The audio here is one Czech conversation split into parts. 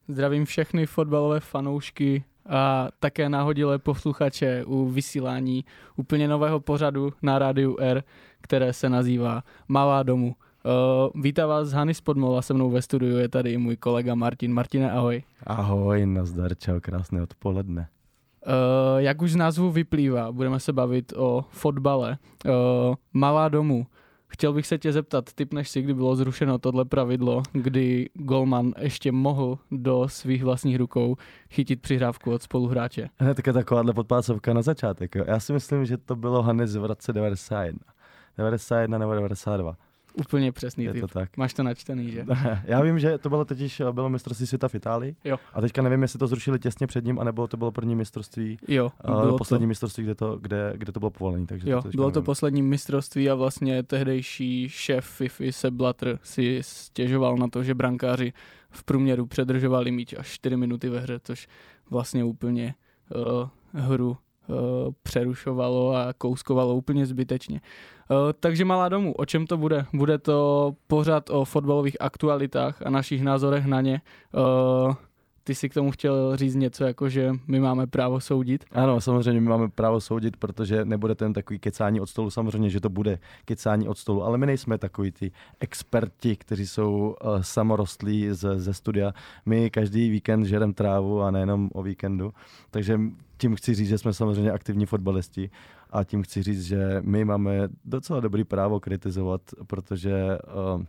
Zdravím všechny fotbalové fanoušky a také náhodilé posluchače u vysílání úplně nového pořadu na Rádiu R, které se nazývá Malá domů. Vítám vás z Hany z Podmola, se mnou ve studiu je tady i můj kolega Martin. Martine, ahoj. Ahoj, nazdar, čau, krásné odpoledne. Jak už z názvu vyplývá, budeme se bavit o fotbale. Malá domů. Chtěl bych se tě zeptat, tipneš si, kdy bylo zrušeno tohle pravidlo, kdy golman ještě mohl do svých vlastních rukou chytit přihrávku od spoluhráče? Hnedka takováhle podpásovka na začátek. Jo. Já si myslím, že to bylo hned v roce 91. 91 nebo 92. Úplně přesný je typ. To tak. Máš to načtený, že? Já vím, že to bylo mistrovství světa v Itálii. Jo. A teďka nevím, jestli to zrušili těsně před ním, anebo to bylo první mistrovství. Jo, poslední mistrovství, kde to bylo povolené. Takže jo, to bylo to nevím. poslední mistrovství a vlastně tehdejší šéf FIFA Sepp Blatter si stěžoval na to, že brankáři v průměru předržovali míč až 4 minuty ve hře, což vlastně úplně hru přerušovalo a kouskovalo úplně zbytečně. Takže Malá domů, o čem to bude? Bude to pořad o fotbalových aktualitách a našich názorech na ně. Ty si k tomu chtěl říct něco, jako že my máme právo soudit? Ano, samozřejmě my máme právo soudit, protože nebude ten takový kecání od stolu, samozřejmě, že to bude kecání od stolu, ale my nejsme takový ty experti, kteří jsou samorostlí ze studia. My každý víkend žerem trávu a nejenom o víkendu, takže tím chci říct, že jsme samozřejmě aktivní fotbalisti a tím chci říct, že my máme docela dobrý právo kritizovat, protože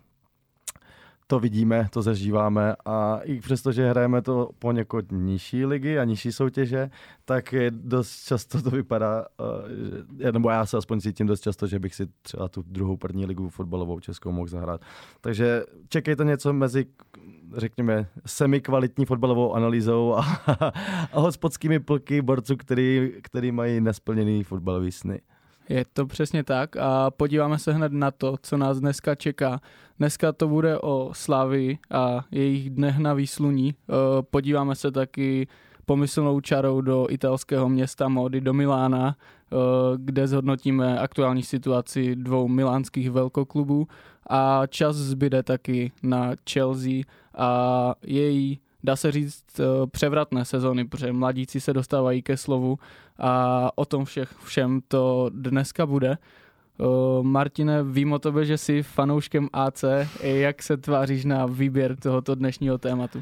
to vidíme, to zažíváme a i přesto, že hrajeme to poněkud nižší ligy a nižší soutěže, tak dost často to vypadá, nebo já se aspoň cítím dost často, že bych si třeba tu druhou první ligu fotbalovou českou mohl zahrát. Takže čekejte něco mezi, řekněme, semikvalitní fotbalovou analýzou a hospodskými plky borců, který mají nesplněný fotbalový sny. Je to přesně tak a podíváme se hned na to, co nás dneska čeká. Dneska to bude o Slavii a jejich dnech na výsluní. Podíváme se taky pomyslnou čarou do italského města módy, do Milána, kde zhodnotíme aktuální situaci 2 milánských velkoklubů a čas zbyde taky na Chelsea a její, dá se říct, převratné sezony, protože mladíci se dostávají ke slovu a o tom všem to dneska bude. Martine, vím o tobě, že jsi fanouškem AC. Jak se tváříš na výběr tohoto dnešního tématu?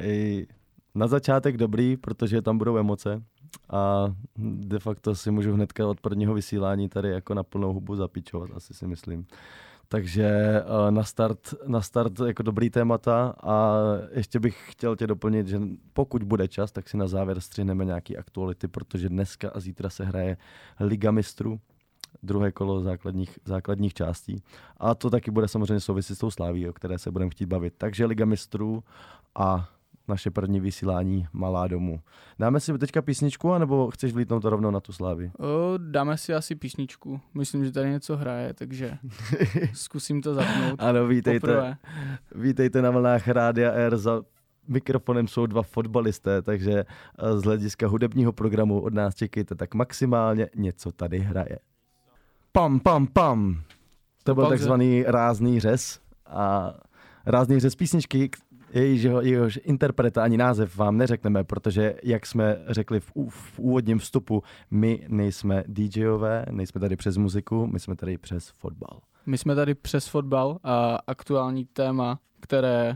Na začátek dobrý, protože tam budou emoce a de facto si můžu hnedka od prvního vysílání tady jako na plnou hubu zapíčovat, asi si myslím. Takže na start jako dobrý témata a ještě bych chtěl tě doplnit, že pokud bude čas, tak si na závěr střihneme nějaký aktuality, protože dneska a zítra se hraje Liga mistrů, druhé kolo základních částí. A to taky bude samozřejmě souviset s tou Slavií, o které se budeme chtít bavit. Takže Liga mistrů a naše první vysílání Malá domů. Dáme si teďka písničku, anebo chceš vlítnout to rovnou na tu Slávii? Dáme si asi písničku. Myslím, že tady něco hraje, takže zkusím to zapnout. Ano, vítejte na vlnách Rádia R. Za mikrofonem jsou 2 fotbalisté, takže z hlediska hudebního programu od nás čekejte tak maximálně něco tady hraje. Pam, pam, pam. To byl takzvaný rázný řez a rázný řez písničky, jejíž interpreta ani název vám neřekneme, protože, jak jsme řekli v úvodním vstupu, my nejsme DJové, nejsme tady přes muziku, my jsme tady přes fotbal. My jsme tady přes fotbal a aktuální téma, které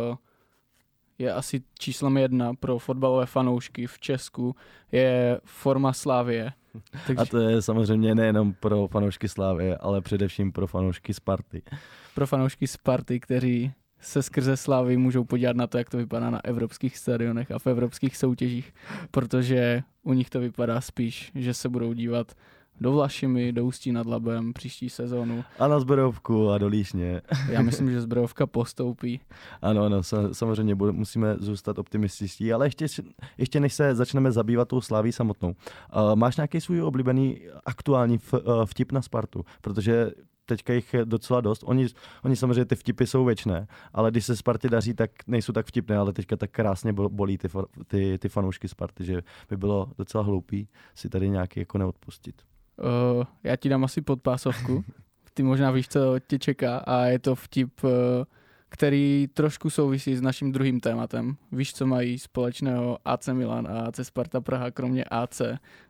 je asi číslem 1 pro fotbalové fanoušky v Česku, je forma Slavie. Takže... A to je samozřejmě nejenom pro fanoušky Slavie, ale především pro fanoušky Sparty. Pro fanoušky Sparty, kteří se skrze Slavii můžou podívat na to, jak to vypadá na evropských stadionech a v evropských soutěžích, protože u nich to vypadá spíš, že se budou dívat do Vlašimi, do Ústí nad Labem příští sezónu. A na Zbrojovku a do Líšně. Já myslím, že Zbrojovka postoupí. Ano, samozřejmě musíme zůstat optimističtí, ale ještě než se začneme zabývat tou Slaví samotnou. Máš nějaký svůj oblíbený aktuální vtip na Spartu? Protože teďka jich je docela dost. Oni samozřejmě ty vtipy jsou věčné, ale když se Spartě daří, tak nejsou tak vtipné, ale teďka tak krásně bolí ty fanoušky Sparty, že by bylo docela hloupý si tady nějaký jako neodpustit. Já ti dám asi podpásovku. Ty možná víš, co tě čeká a je to vtip který trošku souvisí s naším druhým tématem. Víš, co mají společného AC Milan a AC Sparta Praha, kromě AC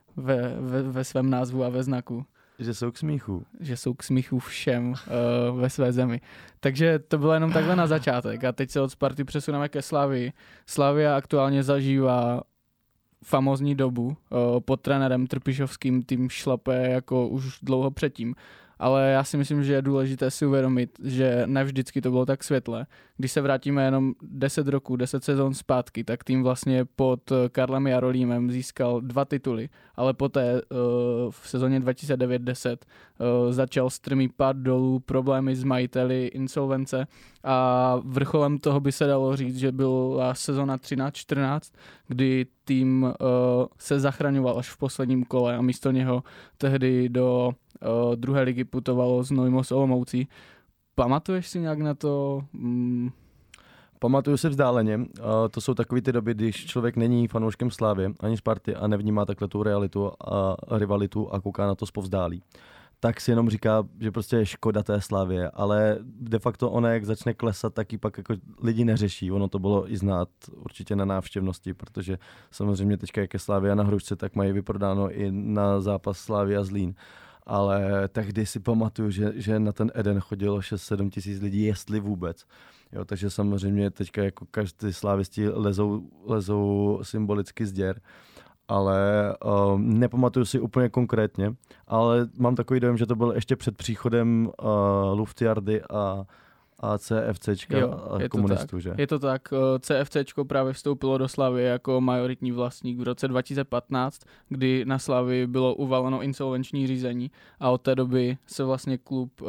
ve svém názvu a ve znaku? Že jsou k smíchu. Že jsou k smíchu všem ve své zemi. Takže to bylo jenom takhle na začátek. A teď se od Sparty přesuneme ke Slavii. Slavia aktuálně zažívá famózní dobu. Pod trenérem Trpišovským tým šlape jako už dlouho předtím. Ale já si myslím, že je důležité si uvědomit, že ne vždycky to bylo tak světlé. Když se vrátíme jenom 10 sezon zpátky, tak tým vlastně pod Karlem Jarolímem získal 2 tituly, ale poté v sezóně 2009-10 začal strmý pád dolů, problémy s majiteli, insolvence a vrcholem toho by se dalo říct, že byla sezona 13-14, kdy tým se zachraňoval až v posledním kole a místo něho tehdy do druhé ligy putovalo z Neumos Olomoucí. Pamatuješ si nějak na to? Pamatuju se vzdáleně. To jsou takové ty doby, když člověk není fanouškem Slávy ani Sparty a nevnímá takhle tu realitu a rivalitu a kouká na to zpovzdálí. Tak si jenom říká, že prostě je škoda té Slávie, ale de facto ona, jak začne klesat, tak ji pak jako lidi neřeší. Ono to bylo i znát určitě na návštěvnosti, protože samozřejmě teďka, jak je Slávia na hrušce, tak mají vyprodáno i na zápas Slávy a Zlín. Ale tehdy si pamatuju, že na ten Eden chodilo 6-7 tisíc lidí, jestli vůbec. Jo, takže samozřejmě teďka jako každý slávisti lezou symbolicky z děr, ale nepamatuju si úplně konkrétně, ale mám takový dojem, že to byl ještě před příchodem Luftjardy a CFCčka a komunistů, že? Je to tak. CFCčko právě vstoupilo do Slavie jako majoritní vlastník v roce 2015, kdy na Slavii bylo uvaleno insolvenční řízení a od té doby se vlastně klub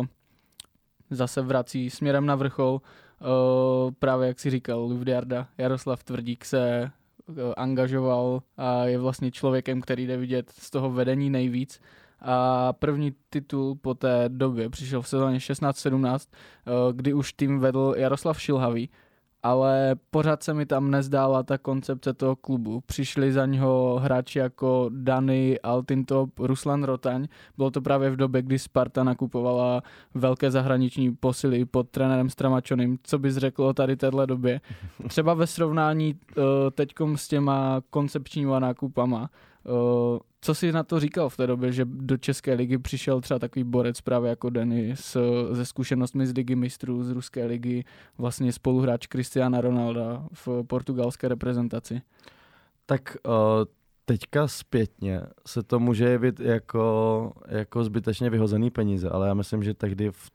zase vrací směrem na vrchol. Právě jak si říkal, Luftjarda, Jaroslav Tvrdík se angažoval a je vlastně člověkem, který jde vidět z toho vedení nejvíc. A první titul po té době přišel v sezóně 16-17, kdy už tým vedl Jaroslav Šilhavý, ale pořád se mi tam nezdála ta koncepce toho klubu. Přišli za něho hráči jako Dany, Altintop, Ruslan Rotaň. Bylo to právě v době, kdy Sparta nakupovala velké zahraniční posily pod trenérem Stramačonym. Co bys řekl o tady téhle době? Třeba ve srovnání teďkom s těma koncepčníma nákupama. Co jsi na to říkal v té době, že do České ligy přišel třeba takový borec právě jako Denny se zkušenostmi z Ligy mistrů, z Ruské ligy, vlastně spoluhráč Cristiana Ronalda v portugalské reprezentaci? Tak teďka zpětně se to může jevit jako zbytečně vyhozený peníze, ale já myslím, že tehdy v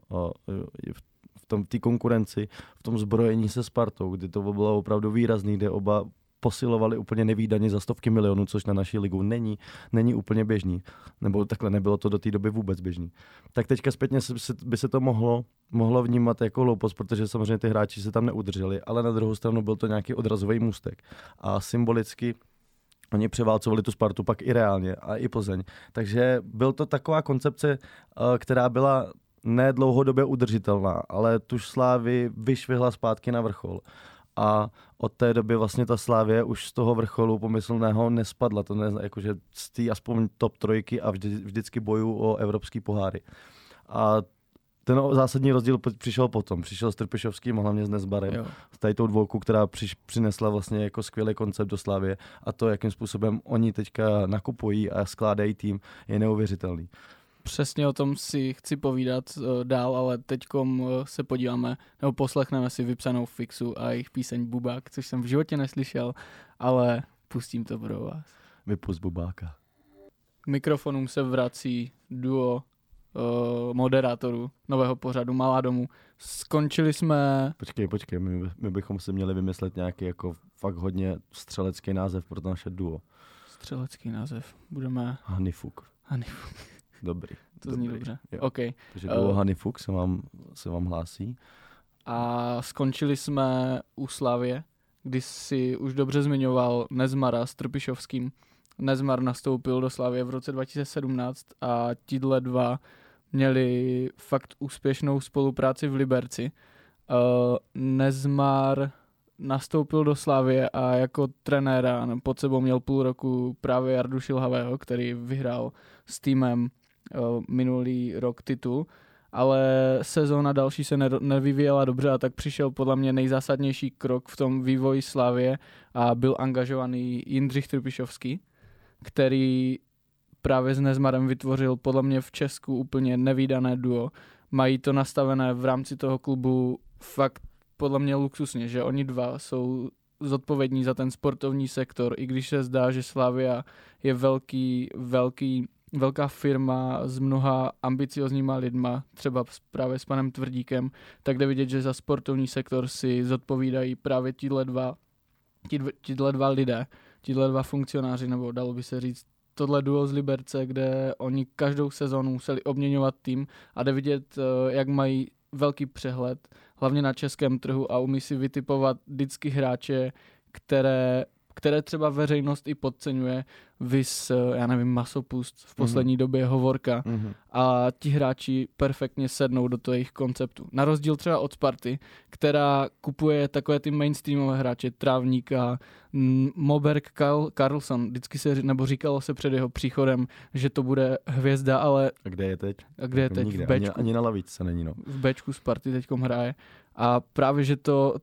té konkurenci, v tom zbrojení se Spartou, kdy to bylo opravdu výrazný, kde oba posilovali úplně nevídaně za stovky milionů, což na naší ligu není úplně běžný. Nebo takhle nebylo to do té doby vůbec běžný. Tak teďka zpětně by se to mohlo vnímat jako hloupost, protože samozřejmě ty hráči se tam neudrželi, ale na druhou stranu byl to nějaký odrazový můstek. A symbolicky oni převálcovali tu Spartu pak i reálně a i Plzeň. Takže byl to taková koncepce, která byla ne dlouhodobě udržitelná, ale tu Slávy vyšvihla zpátky na vrchol. A od té doby vlastně ta Slávie už z toho vrcholu pomyslného nespadla. To ne, jakože z té aspoň top trojky a vždycky bojů o evropský poháry. A ten zásadní rozdíl přišel potom. Přišel s Trpišovským a hlavně s Nezbarem. Jo. S tady tou dvoukou, která přinesla vlastně jako skvělý koncept do Slávie. A to, jakým způsobem oni teďka nakupují a skládají tým, je neuvěřitelný. Přesně o tom si chci povídat dál, ale teďkom se podíváme, nebo poslechneme si vypsanou Fixu a jejich píseň Bubák, což jsem v životě neslyšel, ale pustím to pro vás. Vypust Bubáka. K mikrofonům se vrací duo moderátorů nového pořadu Malá domů. Skončili jsme... Počkej, my bychom si měli vymyslet nějaký jako fakt hodně střelecký název pro to naše duo. Střelecký název. Budeme... Hanifuk. Dobrý. To zní dobře. Okay. Takže duo Hanifuk se vám hlásí. A skončili jsme u Slavie, kdy si už dobře zmiňoval Nezmara s Trpišovským. Nezmar nastoupil do Slavie v roce 2017 a tihle dva měli fakt úspěšnou spolupráci v Liberci. Nezmar nastoupil do Slavie a jako trenéra pod sebou měl půl roku právě Jardu Šilhavého, který vyhrál s týmem minulý rok titul. ale sezóna další se nevyvíjela dobře a tak přišel podle mě nejzásadnější krok v tom vývoji Slavie a byl angažovaný Jindřich Trpišovský, který právě s Nezmarem vytvořil podle mě v Česku úplně nevídané duo. Mají to nastavené v rámci toho klubu fakt podle mě luxusně, že oni dva jsou zodpovědní za ten sportovní sektor, i když se zdá, že Slavia je velká firma s mnoha ambiciozníma lidma, třeba právě s panem Tvrdíkem, tak jde vidět, že za sportovní sektor si zodpovídají právě tihle dva lidé, tihle dva funkcionáři, nebo dalo by se říct tohle duo z Liberce, kde oni každou sezonu museli obměňovat tým a jde vidět, jak mají velký přehled, hlavně na českém trhu a umí si vytipovat vždycky hráče, které třeba veřejnost i podceňuje, vys, já nevím, Masopust, v poslední době Hovorka a ti hráči perfektně sednou do toho jejich konceptu. Na rozdíl třeba od Sparty, která kupuje takové ty mainstreamové hráče, Trávníka, Moberg, Karlsson, vždycky se, nebo říkalo se před jeho příchodem, že to bude hvězda, ale... A kde je teď? V Bčku. Ani na lavičce není, no. V Bčku Sparty teďkom hraje a právě, že to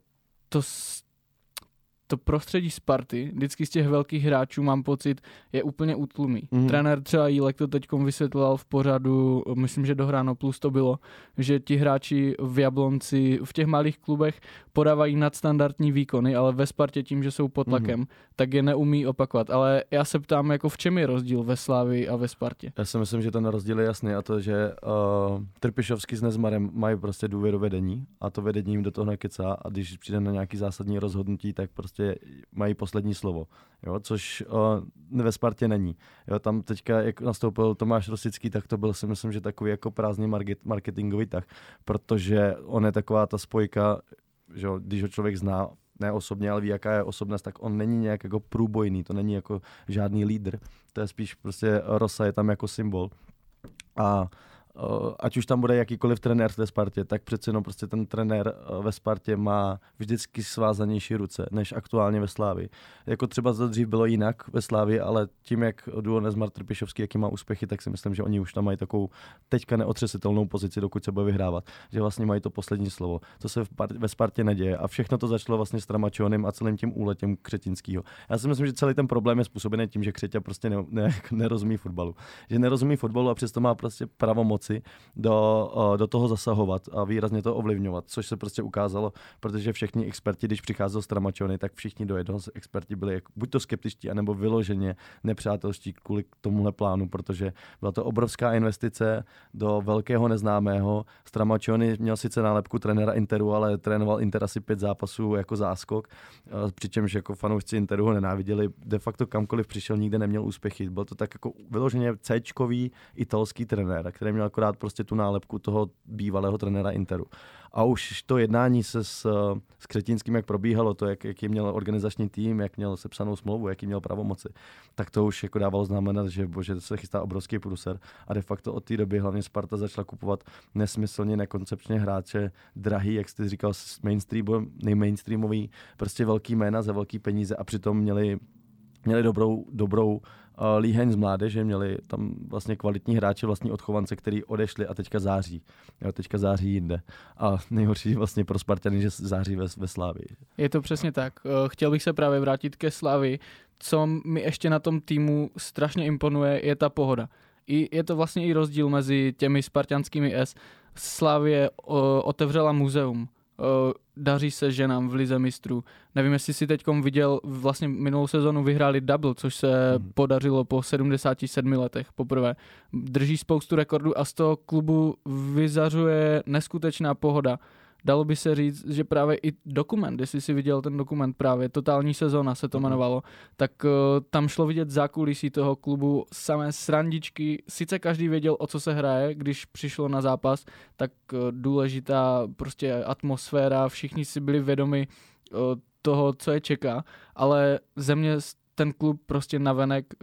prostředí Sparty, vždycky z těch velkých hráčů mám pocit, je úplně útlumý. Trenér třeba Jílek to teďkom vysvětloval v pořadu, myslím, že do Hráno Plus to bylo, že ti hráči v Jablonci, v těch malých klubech podávají nadstandardní výkony, ale ve Spartě tím, že jsou pod tlakem, tak je neumí opakovat. Ale já se ptám, jako v čem je rozdíl ve Slavii a ve Spartě? Já si myslím, že ten rozdíl je jasný a to, že Trpišovský s Nezmarem mají prostě důvěru vedení a to vedení jim do toho nekecá a když přijde na nějaký zásadní rozhodnutí, tak prostě mají poslední slovo, jo, což ve Spartě není. Jo, tam teďka, jak nastoupil Tomáš Rosický, tak to byl si myslím, že takový jako prázdný marketingový tah, protože on je taková ta spojka, že když ho člověk zná, ne osobně, ale ví, jaká je osobnost, tak on není nějak jako průbojný, to není jako žádný lídr, to je spíš prostě Rosa je tam jako symbol. A ať už tam bude jakýkoliv trenér v té Spartě, tak přece jenom prostě ten trenér ve Spartě má vždycky svázanější ruce, než aktuálně ve Slávii. Jako třeba to dřív bylo jinak ve Slávii, ale tím, jak duo Nezmar Trpišovský, jaký má úspěchy, tak si myslím, že oni už tam mají takovou teďka neotřesitelnou pozici, dokud se bude vyhrávat, že vlastně mají to poslední slovo. To se ve Spartě neděje a všechno to začalo vlastně s Tramačonem a celým tím úletem Křetinského. Já si myslím, že celý ten problém je způsobený tím, že Křeťa prostě nerozumí fotbalu. Že nerozumí fotbalu a přesto má prostě pravomoc do toho zasahovat a výrazně to ovlivňovat, což se prostě ukázalo, protože všichni experti, když přicházel z Tramačony, tak všichni do jednoho experti byli buď to skeptičtí, anebo vyloženě nepřátelští kvůli tomuhle plánu, protože byla to obrovská investice do velkého neznámého. Z Tramačony měl sice nálepku trenéra Interu, ale trénoval Inter asi 5 zápasů jako záskok, přičemž jako fanoušci Interu ho nenáviděli. De facto kamkoliv přišel, nikde neměl úspěchy. Byl to tak jako vyloženě C-čkový italský trenér, který měl akorát prostě tu nálepku toho bývalého trenéra Interu. A už to jednání se s Křetínským, jak probíhalo, to, jaký měl organizační tým, jak měl sepsanou smlouvu, jaký měl pravomoci, tak to už jako dávalo znamenat, že bože, to se chystá obrovský průser. A de facto od té doby hlavně Sparta začala kupovat nesmyslně, nekoncepčně hráče drahý, jak jsi říkal, nejmainstreamový, prostě velký jména za velký peníze a přitom měli dobrou líheň z mládeže, měli tam vlastně kvalitní hráče, vlastní odchovance, který odešli a teďka září. Jo, teďka září jinde. A nejhorší vlastně pro Spartany, že září ve Slávii. Je to přesně tak. Chtěl bych se právě vrátit ke Slávii. Co mi ještě na tom týmu strašně imponuje, je ta pohoda. Je to vlastně i rozdíl mezi těmi spartanskými S. Slavie otevřela muzeum. Daří se ženám v lize mistrů. Nevím, jestli si teďkom viděl, vlastně minulou sezonu vyhráli double, což se podařilo po 77 letech poprvé. Drží spoustu rekordů a z toho klubu vyzařuje neskutečná pohoda. Dalo by se říct, že právě i dokument, jestli si viděl ten dokument právě, Totální sezóna se to jmenovalo, tak tam šlo vidět zákulisí toho klubu, samé srandičky, sice každý věděl, o co se hraje, když přišlo na zápas, tak důležitá prostě atmosféra, všichni si byli vědomi toho, co je čeká, ale ze mě ten klub prostě navenek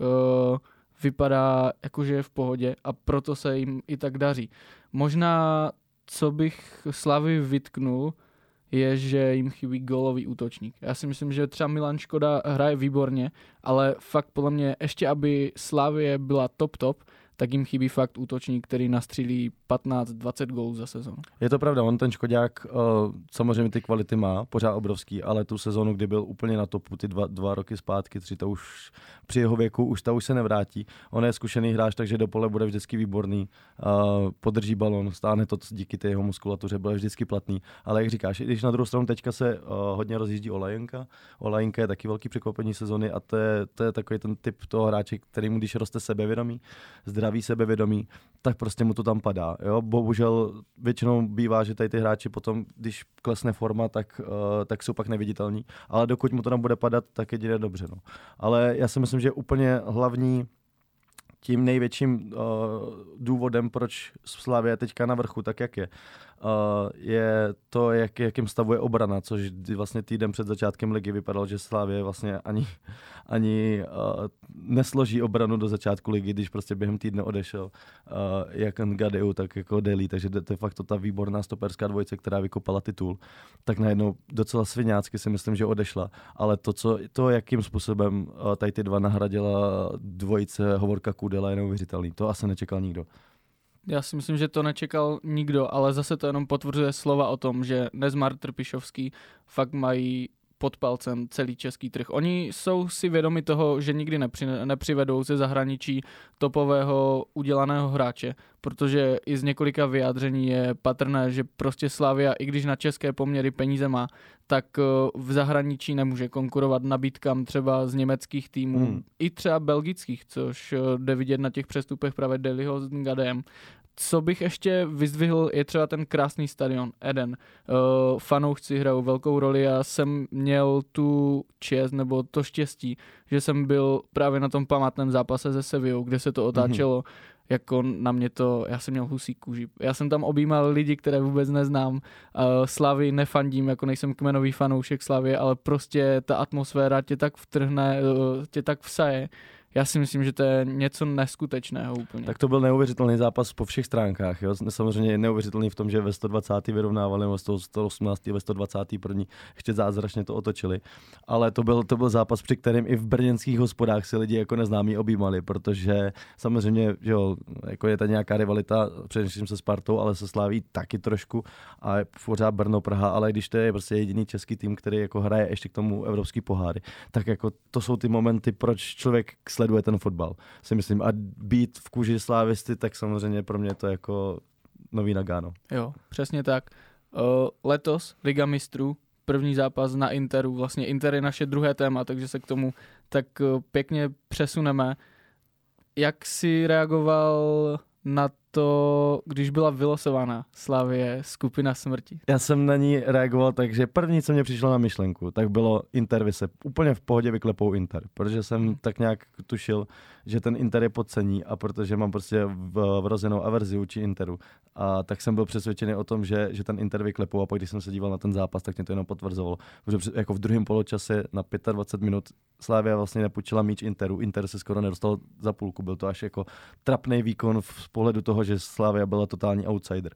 vypadá jakože je v pohodě a proto se jim i tak daří. Možná co bych Slavii vytknul, je, že jim chybí gólový útočník. Já si myslím, že třeba Milan Škoda hraje výborně, ale fakt podle mě ještě, aby Slavie byla top, tak jim chybí fakt útočník, který nastřílí 15-20 gólů za sezonu. Je to pravda, on ten Škoďák samozřejmě ty kvality má, pořád obrovský, ale tu sezonu, kdy byl úplně na topu, ty dva roky zpátky, 3, to už při jeho věku už se nevrátí. On je zkušený hráč, takže do pole bude vždycky výborný, podrží balon, stáhne to díky té jeho muskulatuře, bude vždycky platný. Ale jak říkáš, i když na druhou stranu teďka se hodně rozjíždí Olajenka. Olajenka je taky velký překvapení sezony a to je takový ten typ toho hráče, kterýmu když roste sebevědomí, zdravý sebevědomí, tak prostě mu to tam padá. Jo? Bohužel většinou bývá, že tady ty hráči potom, když klesne forma, tak jsou pak neviditelní. Ale dokud mu to tam bude padat, tak jedině dobře. No. Ale já si myslím, že úplně hlavní tím největším důvodem, proč Slavia je teďka na vrchu, tak jak je to, jakým stavu je obrana, což vlastně týden před začátkem ligy vypadalo, že Slavia vlastně ani nesloží obranu do začátku ligy, když prostě během týdne odešel jak Ngadeu, tak jako Deli, takže to je fakt ta výborná stoperská dvojice, která vykopala titul, tak najednou docela sviňácky si myslím, že odešla, ale to jakým způsobem tady ty dva nahradila dvojice Hovorka Kudela je neuvěřitelný, to asi nečekal nikdo. Já si myslím, že to nečekal nikdo, ale zase to jenom potvrzuje slova o tom, že Nezmar, Trpišovský fakt mají pod palcem celý český trh. Oni jsou si vědomi toho, že nikdy nepřivedou ze zahraničí topového udělaného hráče, protože i z několika vyjádření je patrné, že prostě Slavia, i když na české poměry peníze má, tak v zahraničí nemůže konkurovat nabídkám třeba z německých týmů, i třeba belgických, což jde vidět na těch přestupech právě Deliho s Ngadem. Co bych ještě vyzdvihl, je třeba ten krásný stadion Eden. Fanoušci hrajou velkou roli. Já jsem měl tu čest nebo to štěstí, že jsem byl právě na tom památném zápase se Sevillou, kde se to otáčelo. Jako na mě to, já jsem měl husí kůži. Já jsem tam objímal lidi, které vůbec neznám. Slavii nefandím, jako nejsem kmenový fanoušek Slavie, ale prostě ta atmosféra tě tak vtrhne, tě tak vsaje. Já si myslím, že to je něco neskutečného úplně. Tak to byl neuvěřitelný zápas po všech stránkách. Jo? Samozřejmě je neuvěřitelný v tom, že ve 120. vyrovnávali, ve 118. ve 121. ještě zázračně to otočili. Ale to byl zápas, při kterém i v brněnských hospodách si lidi jako neznámí objímali, protože samozřejmě že jo, jako je tady nějaká rivalita, především se Spartou, ale se Slaví taky trošku a je pořád Brno, Praha, ale když to je prostě jediný český tým, který jako hraje ještě k tomu evropský poháry, tak jako to jsou ty momenty, proč člověk sleduje ten fotbal, si myslím. A být v kůži slávisty, tak samozřejmě pro mě to je jako nový Nagano. Jo, přesně tak. Letos Liga mistrů, první zápas na Interu. Vlastně Inter je naše druhé téma, takže se k tomu tak pěkně přesuneme. Jak jsi reagoval na to, když byla vylosována Slavie skupina smrti? Já jsem na ní reagoval tak, že první, co mě přišlo na myšlenku, tak bylo Inter se úplně v pohodě vyklepou Inter, protože jsem tak nějak tušil, že ten Inter je podcení a protože mám prostě vrozenou averzi vůči Interu, a tak jsem byl přesvědčený o tom, že ten Inter vyklepou a pak když jsem se díval na ten zápas, tak mě to jenom potvrzovalo. Protože jako v druhém poločase na 25 minut Slavia vlastně nepůjčila míč Interu. Inter se skoro nedostal za půlku, byl to až jako trapný výkon z pohledu toho, že Slavia byla totální outsider.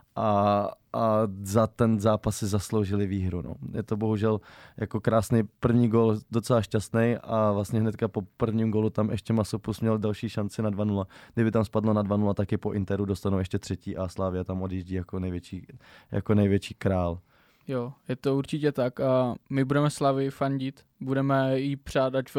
A za ten zápas si zasloužili výhru. No. Je to bohužel jako krásný první gól, docela šťastný a vlastně hnedka po prvním gólu tam ještě Masopus měl další šanci na 2-0. Kdyby tam spadlo na 2-0, tak i po Interu dostanou ještě třetí a Slavia tam odjíždí jako největší král. Jo, je to určitě tak a my budeme Slavii fandit, budeme jí přát, ať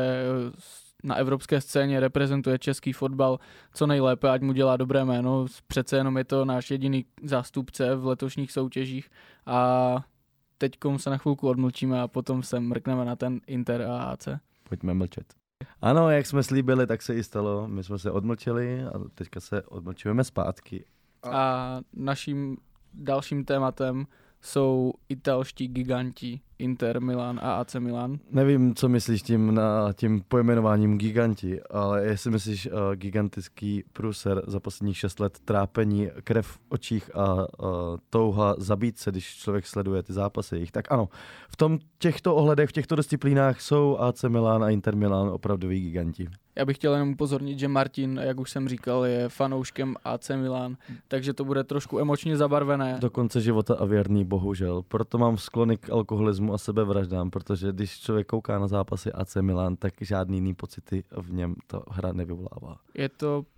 na evropské scéně reprezentuje český fotbal co nejlépe, ať mu dělá dobré jméno. Přece jenom je to náš jediný zástupce v letošních soutěžích a teďkom se na chvilku odmlčíme a potom se mrkneme na ten Inter a AC. Pojďme mlčet. Ano, jak jsme slíbili, tak se i stalo. My jsme se odmlčeli a teďka se odmlčujeme zpátky. A naším dalším tématem jsou italští giganti Inter Milan a AC Milan. Nevím, co myslíš tím pojmenováním giganti, ale jestli myslíš gigantický průser za posledních 6 let, trápení, krev v očích a touha zabít se, když člověk sleduje ty zápasy jejich, tak ano, v těchto ohledech, v těchto disciplínách jsou AC Milan a Inter Milan opravdoví giganti. Já bych chtěl jenom upozornit, že Martin, jak už jsem říkal, je fanouškem AC Milan, takže to bude trošku emočně zabarvené. Do konce života a věrný, bohužel. Proto mám sklony k alkoholismu a sebevraždám, protože když člověk kouká na zápasy AC Milan, tak žádný jiný pocity v něm ta hra nevyvolává. Je to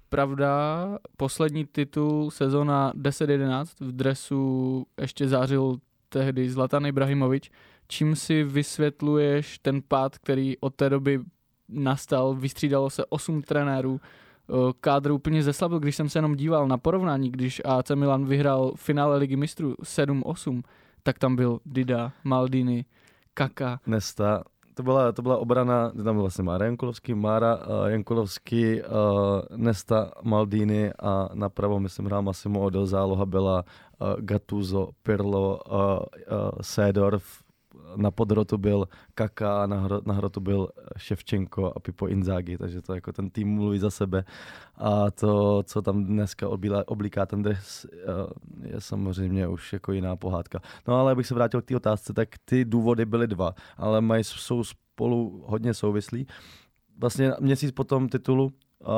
pravda, poslední titul sezona 10-11 v dresu ještě zářil tehdy Zlatan Ibrahimovič. Čím si vysvětluješ ten pád, který od té doby nastal? Vystřídalo se 8 trenérů, kádr úplně zeslabil, když jsem se jenom díval na porovnání, když AC Milan vyhrál finále Ligy mistrů 7-8, tak tam byl Dida, Maldini, Kaka. Nesta. To byla obrana, tam byl vlastně Mára Jankulovský, Nesta, Maldini a napravo, myslím, hrál Massimo Odell, záloha byla Gattuso, Pirlo, Seedorf, na podhrotu byl Kaka a na hrotu byl Ševčenko a Pippo Inzaghi, takže to jako ten tým mluví za sebe a to, co tam dneska oblíká ten dres, je samozřejmě už jako jiná pohádka. No ale abych se vrátil k té otázce, tak ty důvody byly 2, ale jsou spolu hodně souvislí. Vlastně měsíc po tom titulu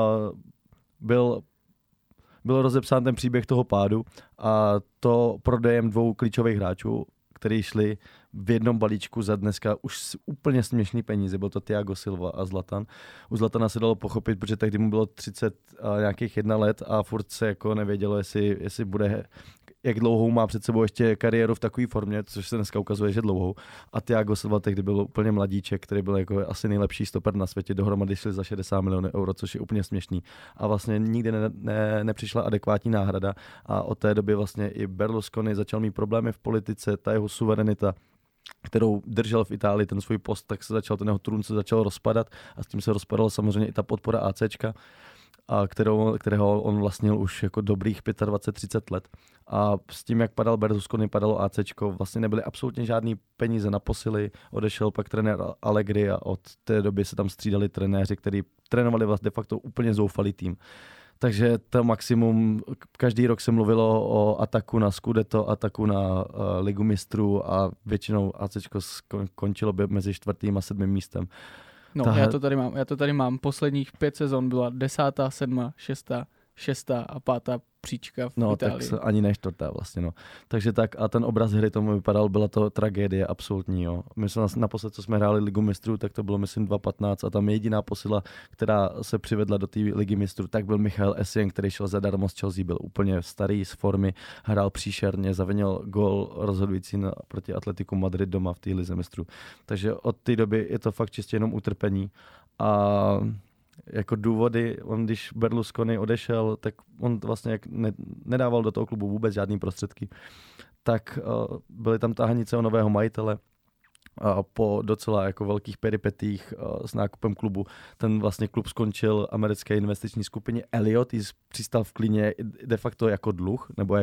byl rozepsán ten příběh toho pádu a to prodejem 2 klíčových hráčů, který šli v jednom balíčku za dneska už úplně směšný peníze. Byl to Thiago Silva a Zlatan. U Zlatana se dalo pochopit, protože tehdy mu bylo 30 nějakých 1 let a furt se jako nevědělo, jestli bude, jak dlouhou má před sebou ještě kariéru v takové formě, což se dneska ukazuje, že dlouhou. A Thiago Silva tehdy byl úplně mladíček, který byl jako asi nejlepší stoper na světě. Dohromady šli za 60 milionů euro, což je úplně směšný. A vlastně nikdy nepřišla adekvátní náhrada a od té doby vlastně i Berlusconi začal mít problémy v politice, ta jeho suverenita, kterou držel v Itálii ten svůj post, tak se začal ten jeho trůn se začal rozpadat a s tím se rozpadala samozřejmě i ta podpora ACčka, kterého on vlastnil už jako dobrých 25-30 let. A s tím, jak padal Berlusconi, padalo ACčko, vlastně nebyly absolutně žádný peníze na posily, odešel pak trenér Allegri a od té doby se tam střídali trenéři, kteří trénovali vlastně de facto úplně zoufalý tým. Takže to maximum, každý rok se mluvilo o ataku na Scudetto, ataku na Ligu mistrů a většinou ACčko končilo mezi 4. a 7. místem. No, já to tady mám. Posledních 5 sezon byla 10., 7., 6. a 5. příčka v Itálii. Tak ani ne 4. vlastně, no. Takže tak a ten obraz hry tomu vypadal, byla to tragédie absolutní, jo. My jsme naposled, co jsme hráli Ligu mistrů, tak to bylo myslím 2015 a tam jediná posila, která se přivedla do té Ligy mistrů, tak byl Michael Essien, který šel zadarmo z Chelsea, byl úplně starý z formy, hrál příšerně, zavinil gól rozhodující proti Atletiku Madrid doma v té Lize mistrů. Takže od té doby je to fakt čistě jenom utrpení a jako důvody, když Berlusconi odešel, tak on vlastně nedával do toho klubu vůbec žádný prostředky, tak byly tam tahanice o nového majitele a po docela jako velkých peripetích s nákupem klubu, ten vlastně klub skončil americké investiční skupině Elliott, přistal v klíně de facto jako dluh, nebo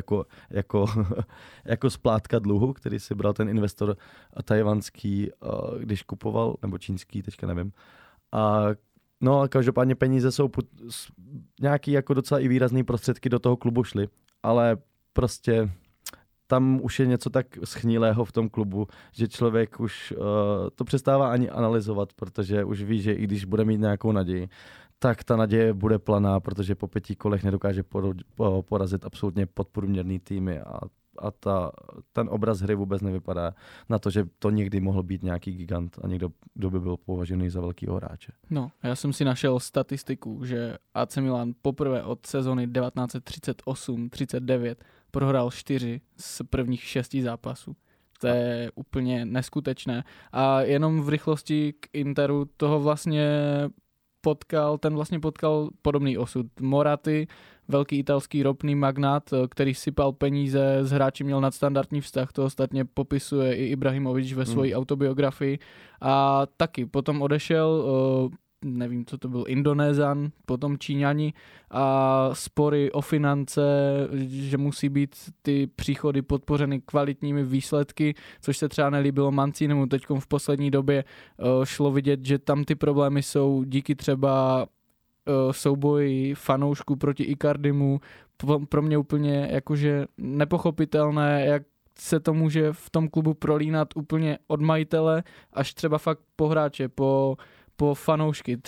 jako splátka dluhu, který si bral ten investor tajvanský, když kupoval, nebo čínský, teďka nevím. No a každopádně peníze jsou nějaký jako docela i výrazný prostředky do toho klubu šly, ale prostě tam už je něco tak schnilého v tom klubu, že člověk už to přestává ani analyzovat, protože už ví, že i když bude mít nějakou naději, tak ta naděje bude planá, protože po 5 kolech nedokáže porazit absolutně podprůměrný týmy a ten obraz hry vůbec nevypadá na to, že to někdy mohl být nějaký gigant a někdo, kdo by byl považený za velkýho hráče. No, já jsem si našel statistiku, že AC Milan poprvé od sezony 1938-39 prohrál 4 z prvních 6 zápasů. To je úplně neskutečné. A jenom v rychlosti k Interu toho vlastně potkal podobný osud. Moratti, velký italský ropný magnát, který sypal peníze, s hráči měl nadstandardní vztah, to ostatně popisuje i Ibrahimovič ve své autobiografii. A taky potom odešel, nevím, co to byl, Indonézan, potom Číňani a spory o finance, že musí být ty příchody podpořeny kvalitními výsledky, což se třeba nelíbilo Mancinimu. Teďkom v poslední době šlo vidět, že tam ty problémy jsou díky třeba souboji fanoušků proti Icardimu. Pro mě úplně jakože nepochopitelné, jak se to může v tom klubu prolínat úplně od majitele až třeba fakt po hráče, po fanoušky. Třeba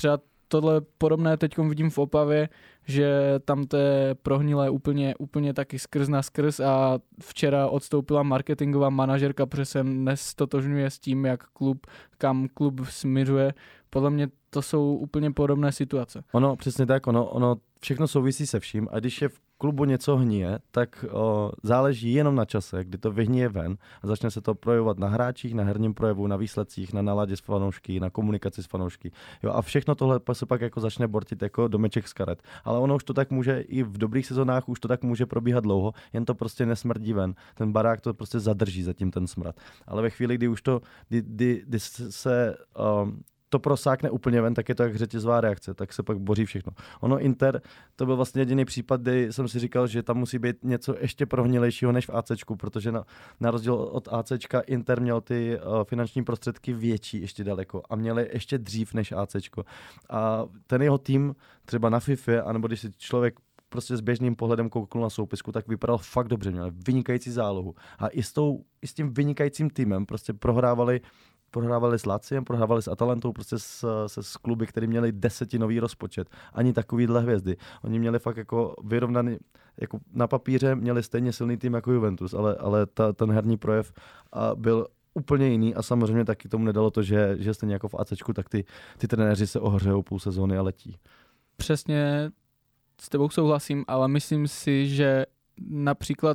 tohle podobné teďkom vidím v Opavě, že tam to je prohnilé úplně taky skrz na skrz a včera odstoupila marketingová manažerka, protože se nestotožňuje s tím, kam klub směřuje. Podle mě to jsou úplně podobné situace. Ono, přesně tak, ono všechno souvisí se vším a když je v klubu něco hnije, tak záleží jenom na čase, kdy to vyhnije ven a začne se to projevovat na hráčích, na herním projevu, na výsledcích, na náladě s fanoušky, na komunikaci s fanoušky. Jo, a všechno tohle se pak jako začne bortit jako domeček z karet. Ale ono už to tak může i v dobrých sezónách, už to tak může probíhat dlouho, jen to prostě nesmrdí ven. Ten barák to prostě zadrží zatím ten smrad. Ale ve chvíli, kdy už to, kdy se to prosákne úplně ven, tak je to jak řetězová reakce, tak se pak boří všechno. Ono Inter, to byl vlastně jediný případ, kdy jsem si říkal, že tam musí být něco ještě prohnilejšího než v ACčku, protože na rozdíl od ACčka Inter měl ty finanční prostředky větší ještě daleko a měli ještě dřív než ACčko. A ten jeho tým třeba na FIFA, anebo když si člověk prostě s běžným pohledem kouknul na soupisku, tak vypadal fakt dobře, měl vynikající zálohu. A i s tím vynikajícím týmem prostě prohrávali s Laziem, prohrávali s Atalantou, prostě s kluby, který měli 10nový rozpočet. Ani takovýhle hvězdy. Oni měli fakt jako vyrovnaný, jako na papíře měli stejně silný tým jako Juventus, ale ten herní projev byl úplně jiný a samozřejmě taky tomu nedalo to, že stejně jako v ACčku, tak ty trenéři se ohřejou půl sezóny a letí. Přesně s tebou souhlasím, ale myslím si, že například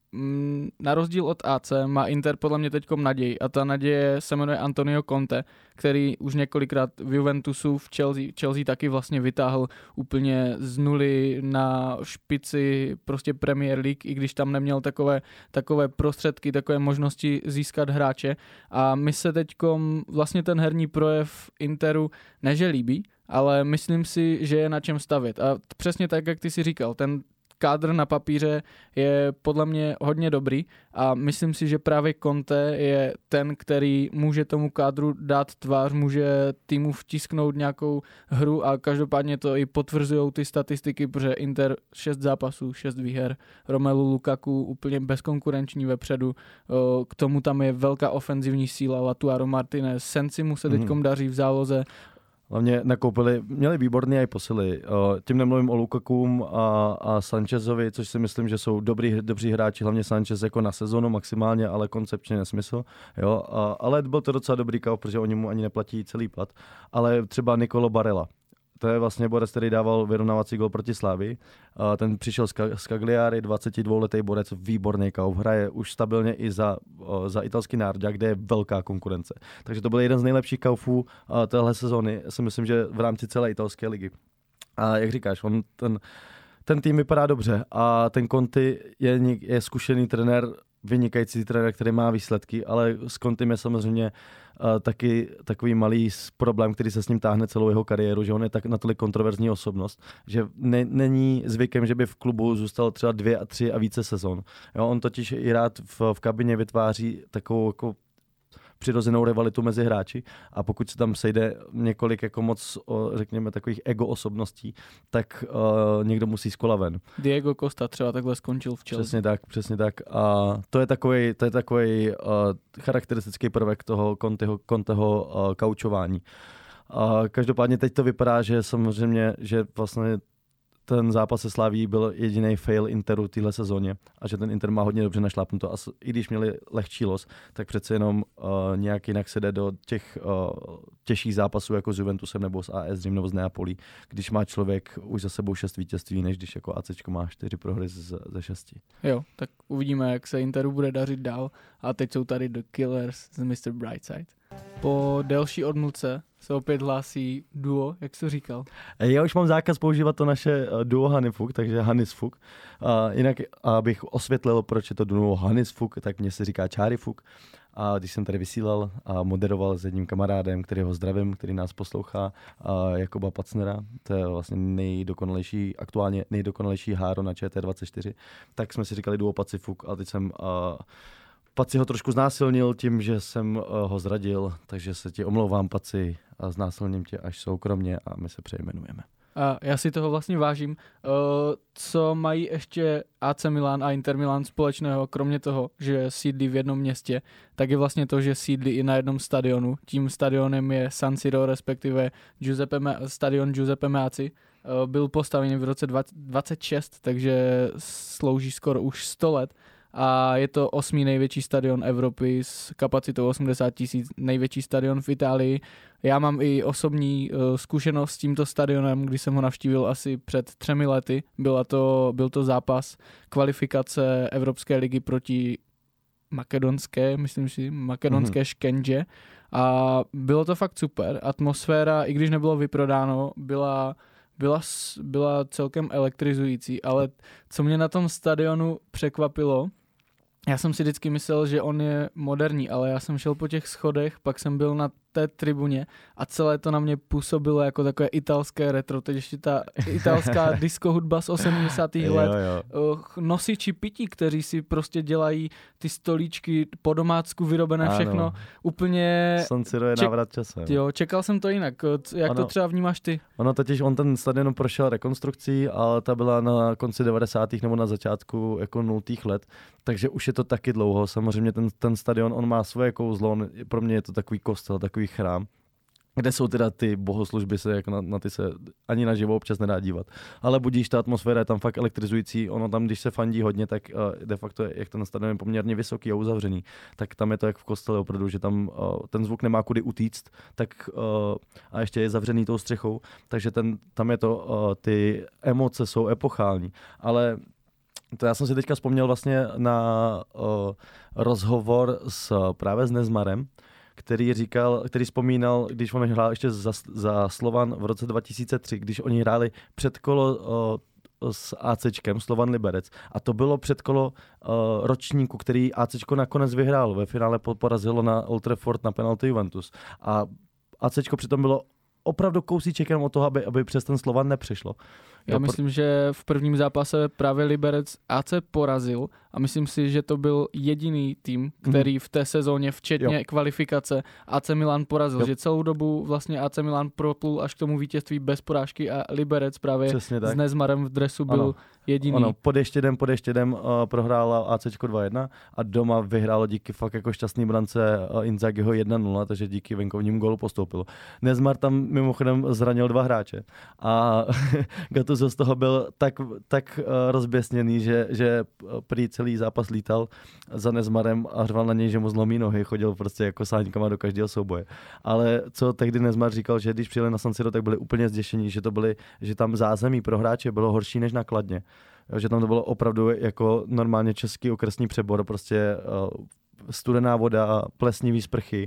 na rozdíl od AC má Inter podle mě teďkom naději a ta naděje se jmenuje Antonio Conte, který už několikrát v Juventusu, v Chelsea taky vlastně vytáhl úplně z nuly na špici prostě Premier League, i když tam neměl takové prostředky, takové možnosti získat hráče a my se teďkom vlastně ten herní projev Interu neže líbí, ale myslím si, že je na čem stavět a přesně tak, jak ty si říkal, ten kádr na papíře je podle mě hodně dobrý a myslím si, že právě Conte je ten, který může tomu kádru dát tvář, může týmu vtisknout nějakou hru a každopádně to i potvrzujou ty statistiky, protože Inter 6 zápasů, 6 výher, Romelu Lukaku úplně bezkonkurenční vepředu, k tomu tam je velká ofenzivní síla, Lautaro Martinez, Sensi mu se teďkom daří v záloze. Hlavně měli výborný aj posily. Tím nemluvím o Lukaku a Sanchezovi, což si myslím, že jsou dobří hráči, hlavně Sanchez jako na sezonu maximálně, ale koncepčně nesmysl. Jo? Ale byl to docela dobrý kauf, protože oni mu ani neplatí celý plat. Ale třeba Nicolo Barella. To je vlastně borec, který dával vyrovnávací gol proti Slavii. Ten přišel z Cagliari, 22letý borec, výborný kauf. Hraje už stabilně i za italský Nardia, kde je velká konkurence. Takže to byl jeden z nejlepších kaufů téhle sezóny. Si myslím, že v rámci celé italské ligy. A jak říkáš, ten tým vypadá dobře a ten Conti je zkušený trenér, vynikající trenér, který má výsledky, ale s Contem je samozřejmě taky takový malý problém, který se s ním táhne celou jeho kariéru, že on je tak natolik kontroverzní osobnost, že není zvykem, že by v klubu zůstal třeba 2 a 3 a více sezon. Jo, on totiž i rád v kabině vytváří takovou jako přirozenou rivalitu mezi hráči a pokud se tam sejde několik jako moc, řekněme, takových ego osobností, tak někdo musí z kola ven. Diego Costa třeba takhle skončil v Chelsea. Přesně tak. A to je takový charakteristický prvek toho Conteho kaučování. Každopádně teď to vypadá, že samozřejmě, že vlastně ten zápas se Slaví byl jediný fail Interu téhle sezóně a že ten Inter má hodně dobře našlápnuto a i když měli lehčí los, tak přece jenom nějak jinak se jde do těch těžších zápasů jako s Juventusem nebo s AS Řím nebo s Neapolí, když má člověk už za sebou 6 vítězství, než když jako ACčko má 4 prohry ze 6. Jo, tak uvidíme, jak se Interu bude dařit dál a teď jsou tady The Killers z Mr. Brightside. Po delší odmlce se opět hlásí duo, jak jsi říkal. Já už mám zákaz používat to naše duo Hanifuk, takže Hanisfuk. Jinak, abych osvětlil, proč je to duo Hanisfuk, tak mě se říká Čárifuk. A když jsem tady vysílal a moderoval s jedním kamarádem, který ho zdravím, který nás poslouchá, Jakuba Pacnera, to je vlastně aktuálně nejdokonalejší háro na ČT24, tak jsme si říkali duo Pacifuk a teď jsem Paci ho trošku znásilnil tím, že jsem ho zradil, takže se ti omlouvám, Paci, a znásilním tě až soukromně a my se přejmenujeme. A já si toho vlastně vážím. Co mají ještě AC Milan a Inter Milan společného, kromě toho, že sídlí v jednom městě, tak je vlastně to, že sídlí i na jednom stadionu. Tím stadionem je San Siro, respektive stadion Giuseppe Meazza. Byl postavený v roce 26, takže slouží skoro už 100 let. A je to 8. největší stadion Evropy s kapacitou 80 000, největší stadion v Itálii. Já mám i osobní zkušenost s tímto stadionem, kdy jsem ho navštívil asi před 3 lety. Byl to zápas kvalifikace Evropské ligy proti makedonské Škendže. A bylo to fakt super. Atmosféra, i když nebylo vyprodáno, byla celkem elektrizující, ale co mě na tom stadionu překvapilo, já jsem si vždycky myslel, že on je moderní, ale já jsem šel po těch schodech, pak jsem byl na té tribuně a celé to na mě působilo jako takové italské retro, teď ještě ta italská disco hudba z 80. let, nosiči pití, kteří si prostě dělají ty stolíčky po domácku vyrobené, všechno úplně... San Siro je návrat časem. Jo, čekal jsem to jinak, jak to třeba vnímáš ty? On ten stadion prošel rekonstrukcí, ale ta byla na konci 90. nebo na začátku jako 0. let, takže už je to taky dlouho, samozřejmě ten stadion, on má svoje kouzlo, pro mě je to takový kostel, takový chrám, kde jsou teda ty bohoslužby, se jako na ty se ani naživo občas nedá dívat. Ale budíš, ta atmosféra je tam fakt elektrizující, ono tam, když se fandí hodně, tak de facto, jak ten stadion je poměrně vysoký a uzavřený, tak tam je to jak v kostele opravdu, že tam ten zvuk nemá kudy utíct, tak a ještě je zavřený tou střechou, takže tam je to, ty emoce jsou epochální, ale to já jsem si teďka vzpomněl vlastně na rozhovor právě s Nezmarem, který vzpomínal, když on hrál ještě za Slovan v roce 2003, když oni hráli předkolo s ACčkem, Slovan Liberec. A to bylo předkolo ročníku, který ACčko nakonec vyhrál. Ve finále porazilo na Old Trafford na penalty Juventus. A ACčko přitom bylo opravdu kousíček jenom od toho, aby přes ten Slovan nepřišlo. Já myslím, že v prvním zápase právě Liberec AC porazil a myslím si, že to byl jediný tým, který v té sezóně, včetně kvalifikace, AC Milan porazil. Že celou dobu vlastně AC Milan proplul až k tomu vítězství bez porážky a Liberec právě s Nezmarem v dresu byl jediný. Ano, pod ještědem prohrála ACčko 2-1 a doma vyhrálo díky fakt jako šťastný brance Inzaghiho 1-0, takže díky venkovnímu gólu postoupilo. Nezmar tam mimochodem zranil 2 hráče a Gattuso z toho byl tak rozběsněný, že prý celý zápas lítal za Nezmarem a řval na něj, že mu zlomí nohy, chodil prostě jako sáňkama do každého souboje. Ale co tehdy Nezmar říkal, že když přijeli na San Siro, tak byli úplně zděšení, že tam zázemí pro hráče bylo horší než na Kladně. Že tam to bylo opravdu jako normálně český okresní přebor, prostě studená voda, plesnivý sprchy,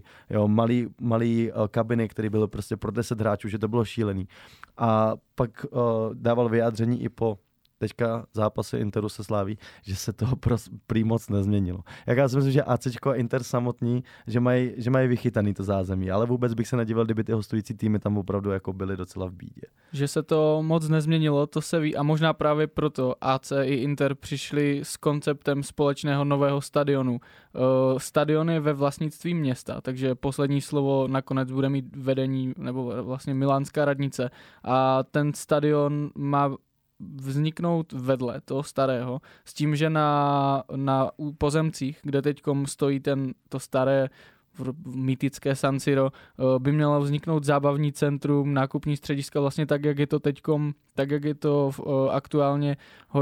malý kabiny, které byly prostě pro 10 hráčů, že to bylo šílený. A pak dával vyjádření i po teďka zápasy Interu se Slaví, že se toho prý moc nezměnilo. Já si myslím, že ACčko a Inter samotní, že mají vychytaný to zázemí, ale vůbec bych se nedíval, kdyby ty hostující týmy tam opravdu jako byly docela v bídě. Že se to moc nezměnilo, to se ví a možná právě proto AC i Inter přišli s konceptem společného nového stadionu. Stadion je ve vlastnictví města, takže poslední slovo nakonec bude mít vedení nebo vlastně milánská radnice a ten stadion má vzniknout vedle toho starého, s tím, že na pozemcích, kde teďkom stojí to staré mýtické San Siro, by mělo vzniknout zábavní centrum, nákupní střediska, vlastně tak, jak je to teďkom, tak, jak je to aktuálně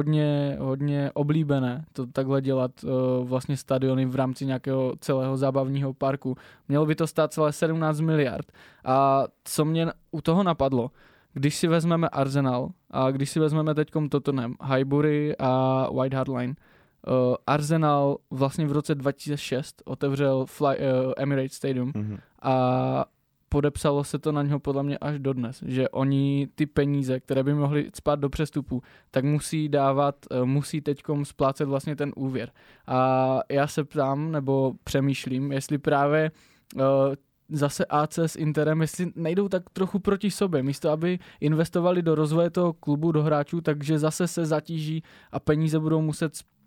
hodně oblíbené, to takhle dělat vlastně stadiony v rámci nějakého celého zábavního parku. Mělo by to stát celé 17 miliard. A co mě u toho napadlo, když si vezmeme Arsenal a když si vezmeme teďkom Tottenham, Highbury a White Hart Lane, Arsenal vlastně v roce 2006 otevřel Emirates Stadium a podepsalo se to na něho podle mě až dodnes, že oni ty peníze, které by mohli spát do přestupu, tak musí teďkom splácet vlastně ten úvěr. A já se ptám, nebo přemýšlím, jestli právě zase AC s Interem, jestli nejdou tak trochu proti sobě, místo aby investovali do rozvoje toho klubu, do hráčů, takže zase se zatíží a peníze budou muset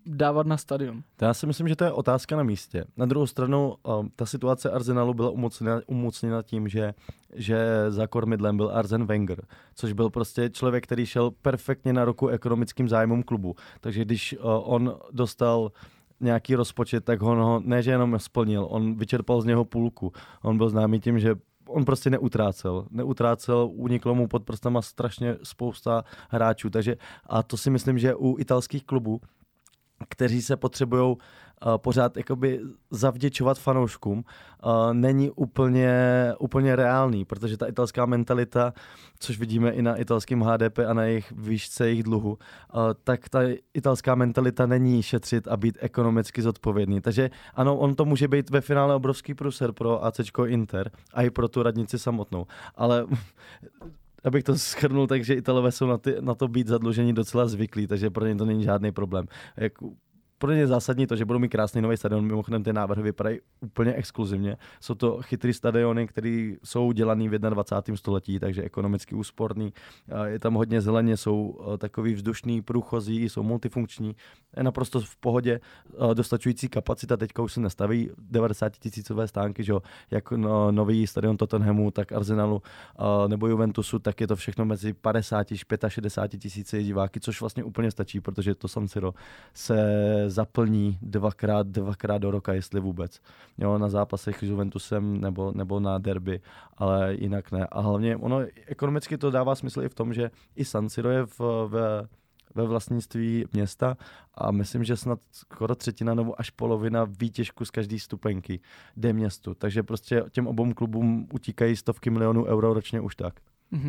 dávat na stadion. Já si myslím, že to je otázka na místě. Na druhou stranu, ta situace Arsenalu byla umocněna tím, že za kormidlem byl Arsene Wenger, což byl prostě člověk, který šel perfektně na ruku ekonomickým zájmům klubu. Takže když on dostal nějaký rozpočet, tak on ho ne, že jenom splnil, on vyčerpal z něho půlku. On byl známý tím, že on prostě neutrácel, uniklo mu pod prstama strašně spousta hráčů. Takže a to si myslím, že u italských klubů, kteří se potřebují pořád jakoby zavděčovat fanouškům, není úplně reálný, protože ta italská mentalita, což vidíme i na italském HDP a na jejich výšce jejich dluhu, tak ta italská mentalita není šetřit a být ekonomicky zodpovědný. Takže ano, on to může být ve finále obrovský průser pro ACčko Inter a i pro tu radnici samotnou, ale abych to shrnul, takže Italové jsou na to být zadlužení docela zvyklí, takže pro ně to není žádný problém. Pro ně je zásadní to, že budou mít krásný nový stadion, mimochodem ty návrhy vypadají úplně exkluzivně. Jsou to chytrý stadiony, které jsou dělaný v 21. století, takže ekonomicky úsporný. Je tam hodně zeleně, jsou takový vzdušný, průchozí, jsou multifunkční. Je naprosto v pohodě, dostačující kapacita, teďka už se nestaví 90 000 stánky, že jo, jak nový stadion Tottenhamu, tak Arsenalu nebo Juventusu, tak je to všechno mezi 50 až 65 000 diváky, což vlastně úplně stačí, protože to San Siro se zaplní dvakrát do roka, jestli vůbec. Jo, na zápasech s Juventusem nebo na derby, ale jinak ne. A hlavně ono ekonomicky to dává smysl i v tom, že i San Siro je ve vlastnictví města a myslím, že snad skoro třetina nebo až polovina výtěžku z každé stupenky jde městu. Takže prostě těm obou klubům utíkají stovky milionů euro ročně už tak.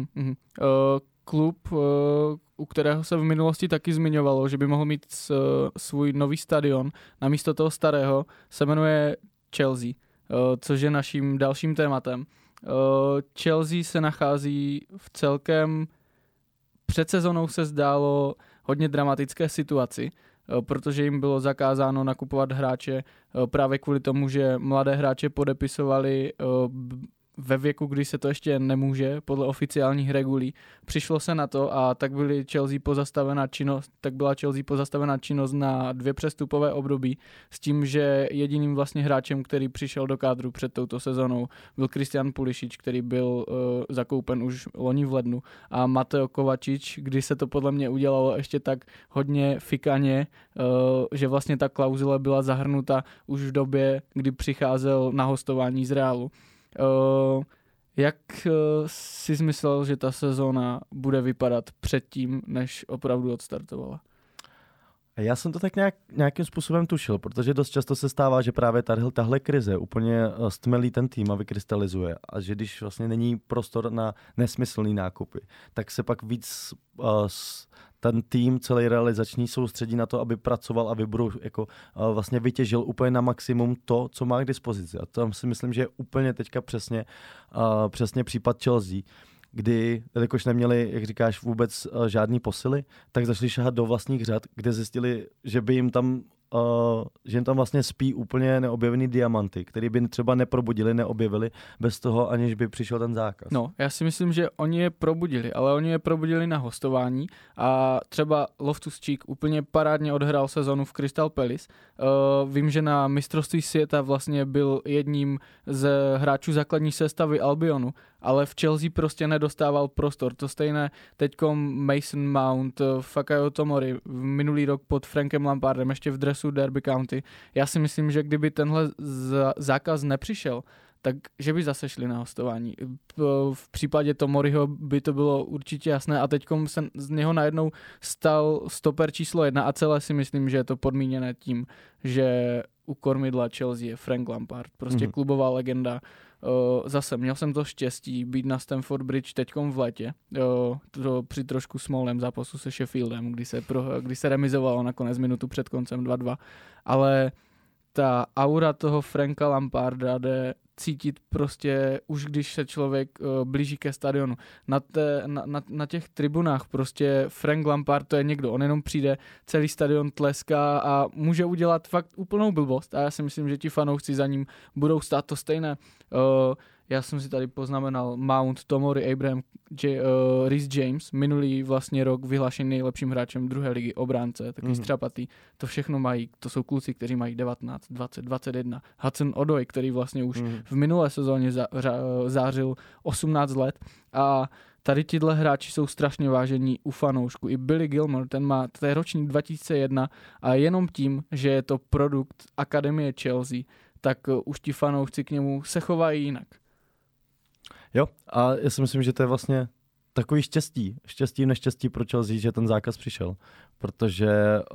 Klub, u kterého se v minulosti taky zmiňovalo, že by mohl mít svůj nový stadion namísto toho starého, se jmenuje Chelsea, což je naším dalším tématem. Chelsea se nachází v celkem před sezónou se zdálo hodně dramatické situaci, protože jim bylo zakázáno nakupovat hráče právě kvůli tomu, že mladé hráče podepisovali ve věku, kdy se to ještě nemůže, podle oficiálních regulí. Přišlo se na to a tak byla Chelsea pozastavena činnost na 2 přestupové období s tím, že jediným vlastně hráčem, který přišel do kádru před touto sezónou, byl Christian Pulisic, který byl zakoupen už loni v lednu, a Mateo Kovačič, kdy se to podle mě udělalo ještě tak hodně fikaně, že vlastně ta klauzule byla zahrnuta už v době, kdy přicházel na hostování z Realu. Jak jsi myslel, že ta sezóna bude vypadat předtím, než opravdu odstartovala? Já jsem to tak nějakým způsobem tušil, protože dost často se stává, že právě tahle krize úplně stmelí ten tým a vykrystalizuje. A že když vlastně není prostor na nesmyslný nákupy, tak se pak víc ten tým celý realizační soustředí na to, aby pracoval, aby vlastně vytěžil úplně na maximum to, co má k dispozici. A to si myslím, že je úplně teďka přesně případ Chelsea, kdy, jakož neměli, jak říkáš, vůbec žádný posily, tak začali šahat do vlastních řad, kde zjistili, že jim tam vlastně spí úplně neobjevený diamanty, který by třeba neobjevili bez toho, aniž by přišel ten zákaz. No, já si myslím, že oni je probudili, ale oni je probudili na hostování a třeba Loftus-Cheek úplně parádně odhrál sezonu v Crystal Palace. Vím, že na mistrovství světa vlastně byl jedním z hráčů základní sestavy Albionu, ale v Chelsea prostě nedostával prostor. To stejné teďkom Mason Mount, Fakayo Tomori, minulý rok pod Frankem Lampardem, ještě v dresu Derby County. Já si myslím, že kdyby tenhle zákaz nepřišel, tak že by zase šli na hostování. V případě Tomoriho by to bylo určitě jasné a teďkom se z něho najednou stal stoper číslo 1 a celé si myslím, že je to podmíněné tím, že u kormidla Chelsea je Frank Lampard, prostě klubová legenda. Zase měl jsem to štěstí být na Stamford Bridge teďkom v létě, při trošku smolném zápasu se Sheffieldem, kdy se remizovalo nakonec minutu před koncem 2-2, ale ta aura toho Franka Lamparda jde cítit prostě už když se člověk blíží ke stadionu. Na těch tribunách prostě Frank Lampard to je někdo, on jenom přijde, celý stadion tleská a může udělat fakt úplnou blbost a já si myslím, že ti fanoušci za ním budou stát to stejné. Já jsem si tady poznamenal Mount, Tomori, Abraham, Reece James, minulý vlastně rok vyhlášený nejlepším hráčem druhé ligy, obránce, takový střapatý. To všechno mají, to jsou kluci, kteří mají 19, 20, 21. Hudson Odoi, který vlastně už v minulé sezóně zářil 18 let a tady tihle hráči jsou strašně vážení u fanoušku. I Billy Gilmore, to je ročník 2001 a jenom tím, že je to produkt Akademie Chelsea, tak už ti fanoušci k němu se chovají jinak. Jo, a já si myslím, že to je vlastně takový štěstí v neštěstí pro Chelsea, že ten zákaz přišel, protože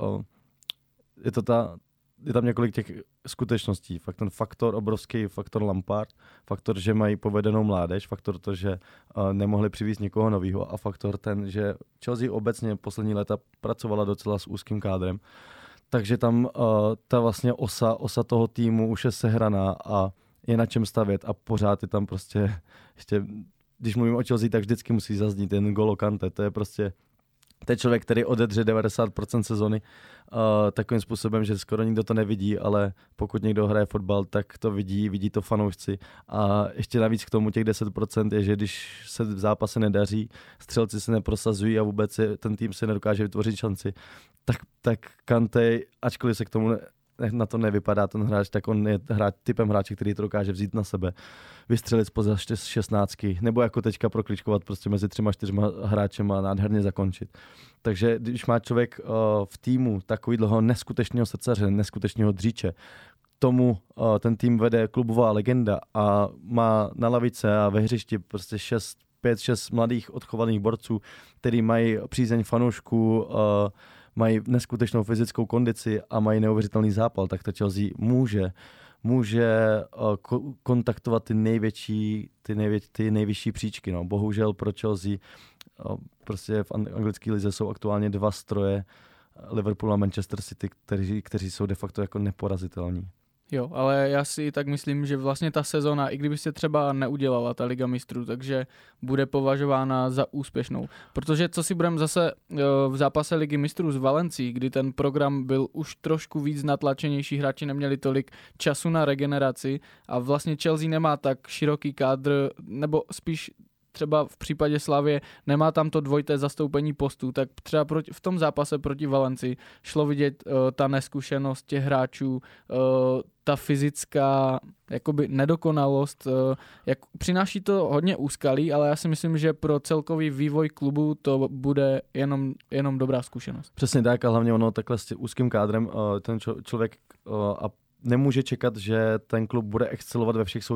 je tam několik těch skutečností. Fakt ten faktor, obrovský faktor Lampard, faktor, že mají povedenou mládež, faktor to, že nemohli přivést někoho nového a faktor ten, že Chelsea obecně poslední léta pracovala docela s úzkým kádrem, takže tam ta vlastně osa toho týmu už je sehraná a je na čem stavět a pořád je tam prostě ještě, když mluvím o Chelsea, tak vždycky musí zaznít ten N'Golo Kanté, to je člověk, který odedře 90% sezony takovým způsobem, že skoro nikdo to nevidí, ale pokud někdo hraje fotbal, tak to vidí to fanoušci. A ještě navíc k tomu těch 10% je, že když se v zápase nedaří, střelci se neprosazují a vůbec ten tým si nedokáže vytvořit šanci, tak Kanté, ačkoliv se k tomu na to nevypadá ten hráč, tak on je typem hráče, který to dokáže vzít na sebe, vystřelit spoza 16, nebo jako teďka prokličkovat prostě mezi 3-4 hráčema a nádherně zakončit. Takže když má člověk v týmu takovýhleho neskutečného srdcaře, neskutečného dříče, tomu ten tým vede klubová legenda a má na lavice a ve hřišti prostě 5-6 mladých odchovaných borců, který mají přízeň fanoušků, mají neskutečnou fyzickou kondici a mají neuvěřitelný zápal, tak ta Chelsea může kontaktovat ty nejvyšší příčky. No. Bohužel pro Chelsea prostě v anglické lize jsou aktuálně 2 stroje, Liverpool a Manchester City, kteří jsou de facto jako neporazitelní. Jo, ale já si tak myslím, že vlastně ta sezona, i kdyby se třeba neudělala ta Liga mistrů, takže bude považována za úspěšnou. Protože co si budeme zase v zápase Ligy mistrů s Valencií, kdy ten program byl už trošku víc natlačenější, hráči neměli tolik času na regeneraci a vlastně Chelsea nemá tak široký kádr, nebo spíš třeba v případě Slavie nemá tam to dvojité zastoupení postů, tak třeba v tom zápase proti Valencii šlo vidět ta neskušenost těch hráčů, ta fyzická jakoby nedokonalost. Přináší to hodně úskalí, ale já si myslím, že pro celkový vývoj klubu to bude jenom dobrá zkušenost. Přesně tak a hlavně ono takhle s úzkým kádrem ten člověk a nemůže čekat, že ten klub bude excelovat ve všech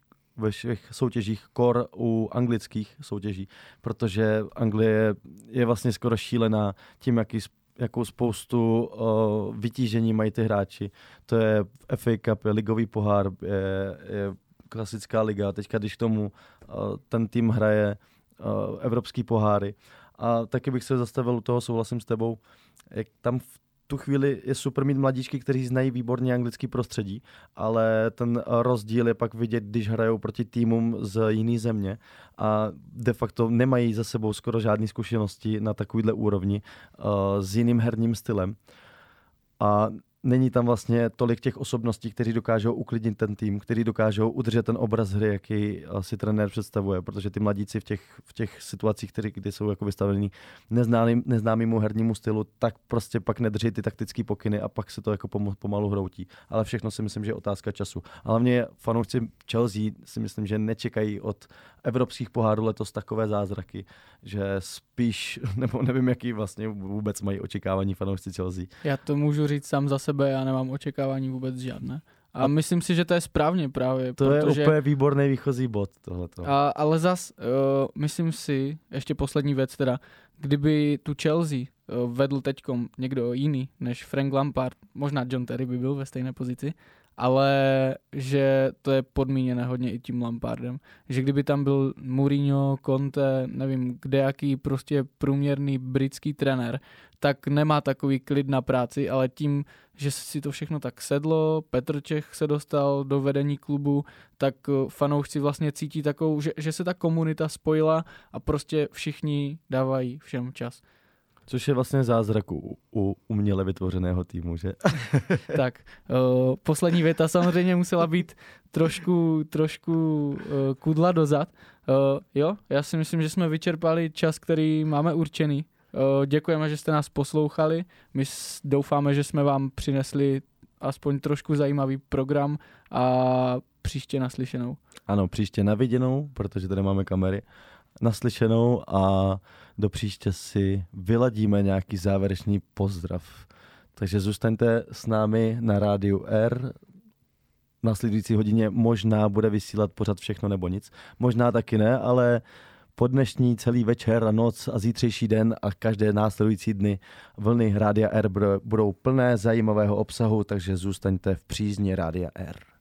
soutěžích kor u anglických soutěží, protože Anglie je vlastně skoro šílená tím, jakou spoustu vytížení mají ty hráči. To je FA Cup, je ligový pohár, je klasická liga. Teďka, když k tomu ten tým hraje evropský poháry. A taky bych se zastavil u toho, souhlasím s tebou, jak tam v tu chvíli je super mít mladíčky, kteří znají výborně anglický prostředí, ale ten rozdíl je pak vidět, když hrajou proti týmům z jiné země a de facto nemají za sebou skoro žádné zkušenosti na takovýhle úrovni s jiným herním stylem. A není tam vlastně tolik těch osobností, kteří dokážou uklidnit ten tým, kteří dokážou udržet ten obraz hry, jaký si trenér představuje, protože ty mladíci v těch situacích, kdy jsou jako vystavení neznámému hernímu stylu, tak prostě pak nedrží ty taktické pokyny a pak se to jako pomalu hroutí. Ale všechno si myslím, že je otázka času. A hlavně fanoušci Chelsea si myslím, že nečekají od evropských pohárů letos takové zázraky, že spíš, nebo nevím, jaký vlastně vůbec mají očekávání fanoušci Chelsea. Já to můžu říct sám za sebe, já nemám očekávání vůbec žádné. A myslím si, že to je správně právě. To protože je úplně výborný výchozí bod tohleto. Ale zas, myslím si, ještě poslední věc teda, kdyby tu Chelsea vedl teďkom někdo jiný než Frank Lampard, možná John Terry by byl ve stejné pozici, ale že to je podmíněné hodně i tím Lampardem. Že kdyby tam byl Mourinho, Conte, nevím, kdejaký prostě průměrný britský trenér, tak nemá takový klid na práci, ale tím, že si to všechno tak sedlo, Petr Čech se dostal do vedení klubu, tak fanoušci vlastně cítí takovou, že se ta komunita spojila a prostě všichni dávají všem čas. Což je vlastně zázrak u uměle vytvořeného týmu, že? Tak, poslední věta samozřejmě musela být trošku kudla dozad. Jo, já si myslím, že jsme vyčerpali čas, který máme určený. Děkujeme, že jste nás poslouchali. My doufáme, že jsme vám přinesli aspoň trošku zajímavý program a příště naslyšenou. Ano, příště na viděnou, protože tady máme kamery, naslyšenou a do příště si vyladíme nějaký závěrečný pozdrav. Takže zůstaňte s námi na rádiu R. V následující hodině možná bude vysílat pořád Všechno nebo nic. Možná taky ne, ale po dnešní celý večer a noc a zítřejší den a každé následující dny vlny Rádia R budou plné zajímavého obsahu, takže zůstaňte v přízni Rádia R.